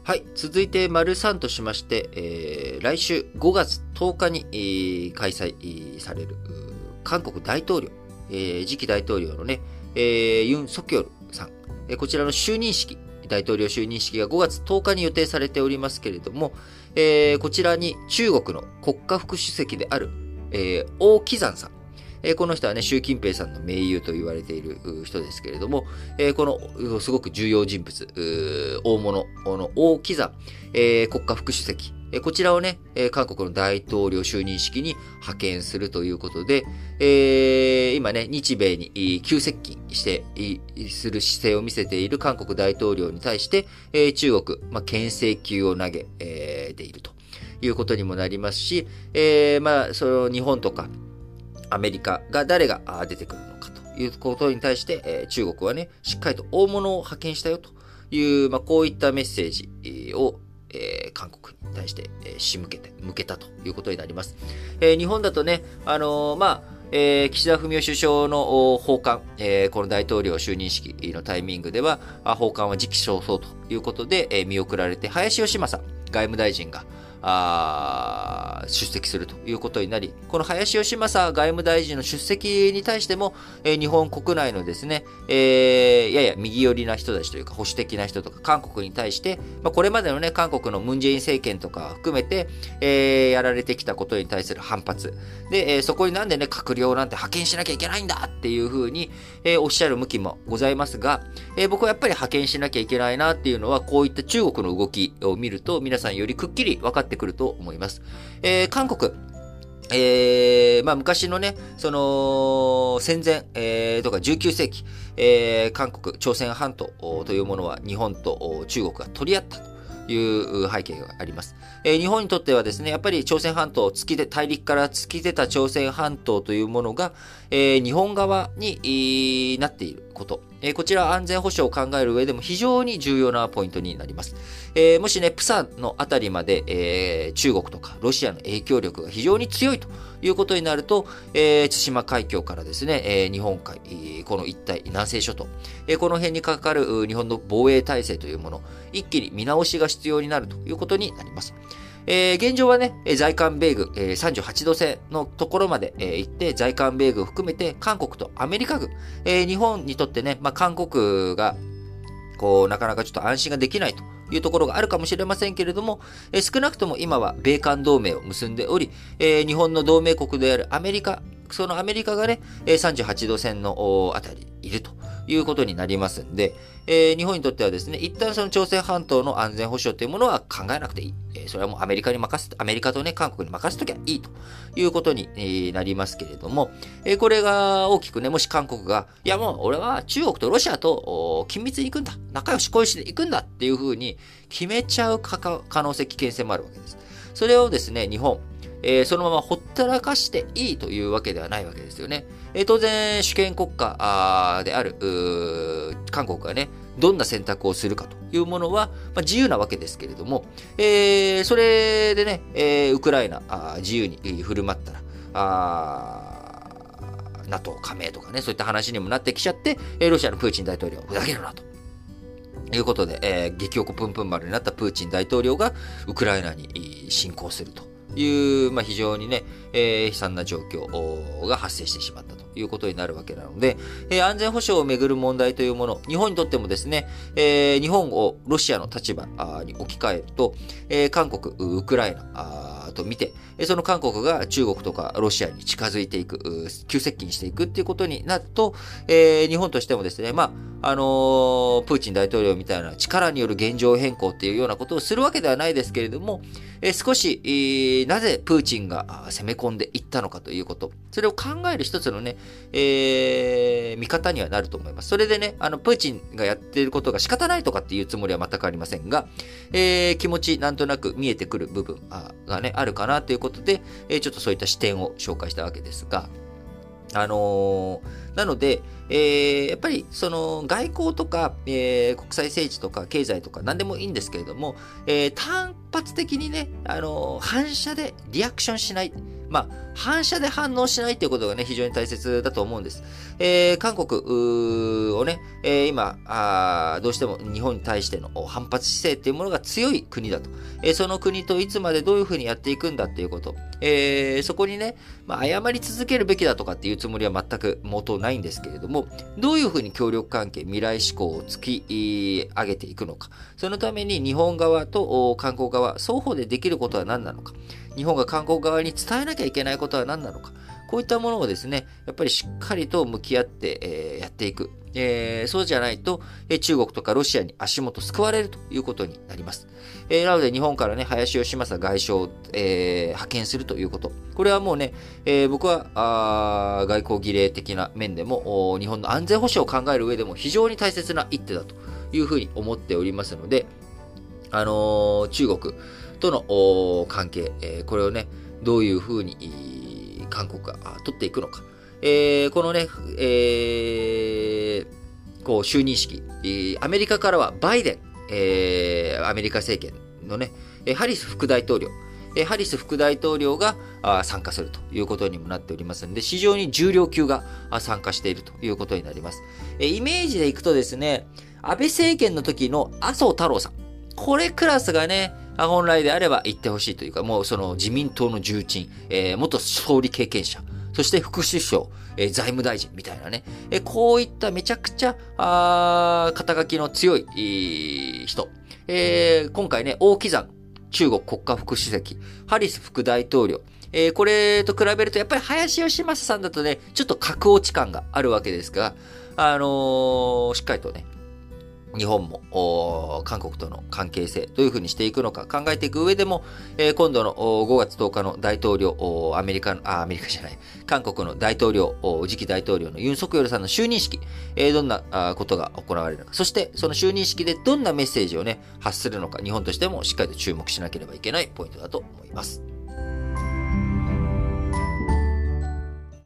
はい。続いて、丸3としまして、来週5月10日に、開催される、韓国大統領、次期大統領のね、ユン・ソクヨルさん、こちらの就任式、大統領就任式が5月10日に予定されておりますけれども、こちらに中国の国家副主席である、王岐山さん、この人はね、習近平さんの盟友と言われている人ですけれども、このすごく重要人物、大物の王岐山、国家副主席、こちらをね、韓国の大統領就任式に派遣するということで、今ね、日米に急接近する姿勢を見せている韓国大統領に対して、中国、牽制球を投げているということにもなりますし、その日本とか、アメリカが誰が出てくるのかということに対して、中国はね、しっかりと大物を派遣したよという、こういったメッセージを、韓国に対して向けたということになります。日本だとね、岸田文雄首相の訪韓、この大統領就任式のタイミングでは、訪韓は時期尚早ということで、見送られて、林芳正外務大臣が出席するということになり、この林芳正外務大臣の出席に対しても、日本国内のですね、やや右寄りな人たちというか保守的な人とか韓国に対して、これまでのね、韓国のムンジェイン政権とか含めて、やられてきたことに対する反発。で、そこになんでね、閣僚なんて派遣しなきゃいけないんだっていうふうに、おっしゃる向きもございますが、僕はやっぱり派遣しなきゃいけないなっていうのは、こういった中国の動きを見ると、皆さんよりくっきり分かってくると思います。韓国、昔のね、その、戦前、とか19世紀、韓国、朝鮮半島というものは日本と中国が取り合ったという背景があります。日本にとってはですね、やっぱり朝鮮半島、大陸から突き出た朝鮮半島というものが、日本側になっていること。こちらは安全保障を考える上でも非常に重要なポイントになります。もしね、プサンのあたりまで、中国とかロシアの影響力が非常に強いということになると、対馬海峡からですね、日本海、この一帯、南西諸島、この辺にかかる日本の防衛体制というもの、一気に見直しが必要になるということになります。現状はね、在韓米軍、38度線のところまで、行って、在韓米軍を含めて韓国とアメリカ軍、日本にとってね、韓国が、なかなかちょっと安心ができないというところがあるかもしれませんけれども、少なくとも今は米韓同盟を結んでおり、日本の同盟国であるアメリカ、そのアメリカがね、38度線のあたりにいるということになりますんで、日本にとってはですね、一旦その朝鮮半島の安全保障というものは考えなくていい。それはもうアメリカとね、韓国に任せときゃいいということになりますけれども、これが大きくね、もし韓国が、いやもう俺は中国とロシアと緊密に行くんだ、仲良し恋しで行くんだっていうふうに決めちゃう可能性、危険性もあるわけです。それをですね、日本、そのままほったらかしていいというわけではないわけですよね。当然、主権国家である韓国がね、どんな選択をするかというものは、自由なわけですけれども、それでね、ウクライナ自由に振る舞ったら、NATO 加盟とかね、そういった話にもなってきちゃって、ロシアのプーチン大統領をふざけるなと。いうことで、激おこぷんぷん丸になったプーチン大統領がウクライナに侵攻するという、非常にね、悲惨な状況が発生してしまったということになるわけなので、安全保障をめぐる問題というもの、日本にとってもですね、日本をロシアの立場に置き換えると、韓国、ウクライナと見て、その韓国が中国とかロシアに近づいていく、急接近していくっていうことになると、日本としてもですね、プーチン大統領みたいな力による現状変更っていうようなことをするわけではないですけれども、少し、なぜプーチンが攻め込んでいったのかということ、それを考える一つのね、見方にはなると思います。それでね、プーチンがやっていることが仕方ないとかっていうつもりは全くありませんが、気持ちなんとなく見えてくる部分がね、あるかなということで、ちょっとそういった視点を紹介したわけですが、なので、やっぱりその外交とか、国際政治とか経済とか何でもいいんですけれども、単発的にね、反射でリアクションしない。 反射で反応しないっていうことがね、非常に大切だと思うんです。韓国をね、今どうしても日本に対しての反発姿勢っていうものが強い国だと。その国といつまでどういうふうにやっていくんだっていうこと。そこにね、謝り続けるべきだとかっていうつもりは全く元ないんですけれども、どういうふうに協力関係、未来志向を突き上げていくのか。そのために日本側と韓国側、双方でできることは何なのか。日本が韓国側に伝えなきゃいけないことは何なのか。こういったものをですね、やっぱりしっかりと向き合って、やっていく。そうじゃないと、中国とかロシアに足元すくわれるということになります。なので日本からね、林芳正外相を、派遣するということ。これはもうね、僕は外交儀礼的な面でも、日本の安全保障を考える上でも非常に大切な一手だというふうに思っておりますので、中国との関係、これをね、どういうふうに韓国が取っていくのか。このね、就任式、アメリカからはバイデン、アメリカ政権のね、ハリス副大統領、ハリス副大統領が参加するということにもなっておりますので、非常に重量級が参加しているということになります。イメージでいくとですね、安倍政権の時の麻生太郎さん、これクラスがね、本来であれば言ってほしいというか、もうその自民党の重鎮、元総理経験者、そして副首相、財務大臣みたいなね、こういっためちゃくちゃ、肩書きの強い、人、今回ね、王岐山中国国家副主席、ハリス副大統領、これと比べるとやっぱり林芳正さんだとね、ちょっと格落ち感があるわけですが、しっかりとね、日本も韓国との関係性どういうふうにしていくのか考えていく上でも、今度の5月10日の大統領、韓国の大統領、次期大統領のユン・ソクヨルさんの就任式、どんなことが行われるのか、そしてその就任式でどんなメッセージをね、発するのか、日本としてもしっかりと注目しなければいけないポイントだと思います。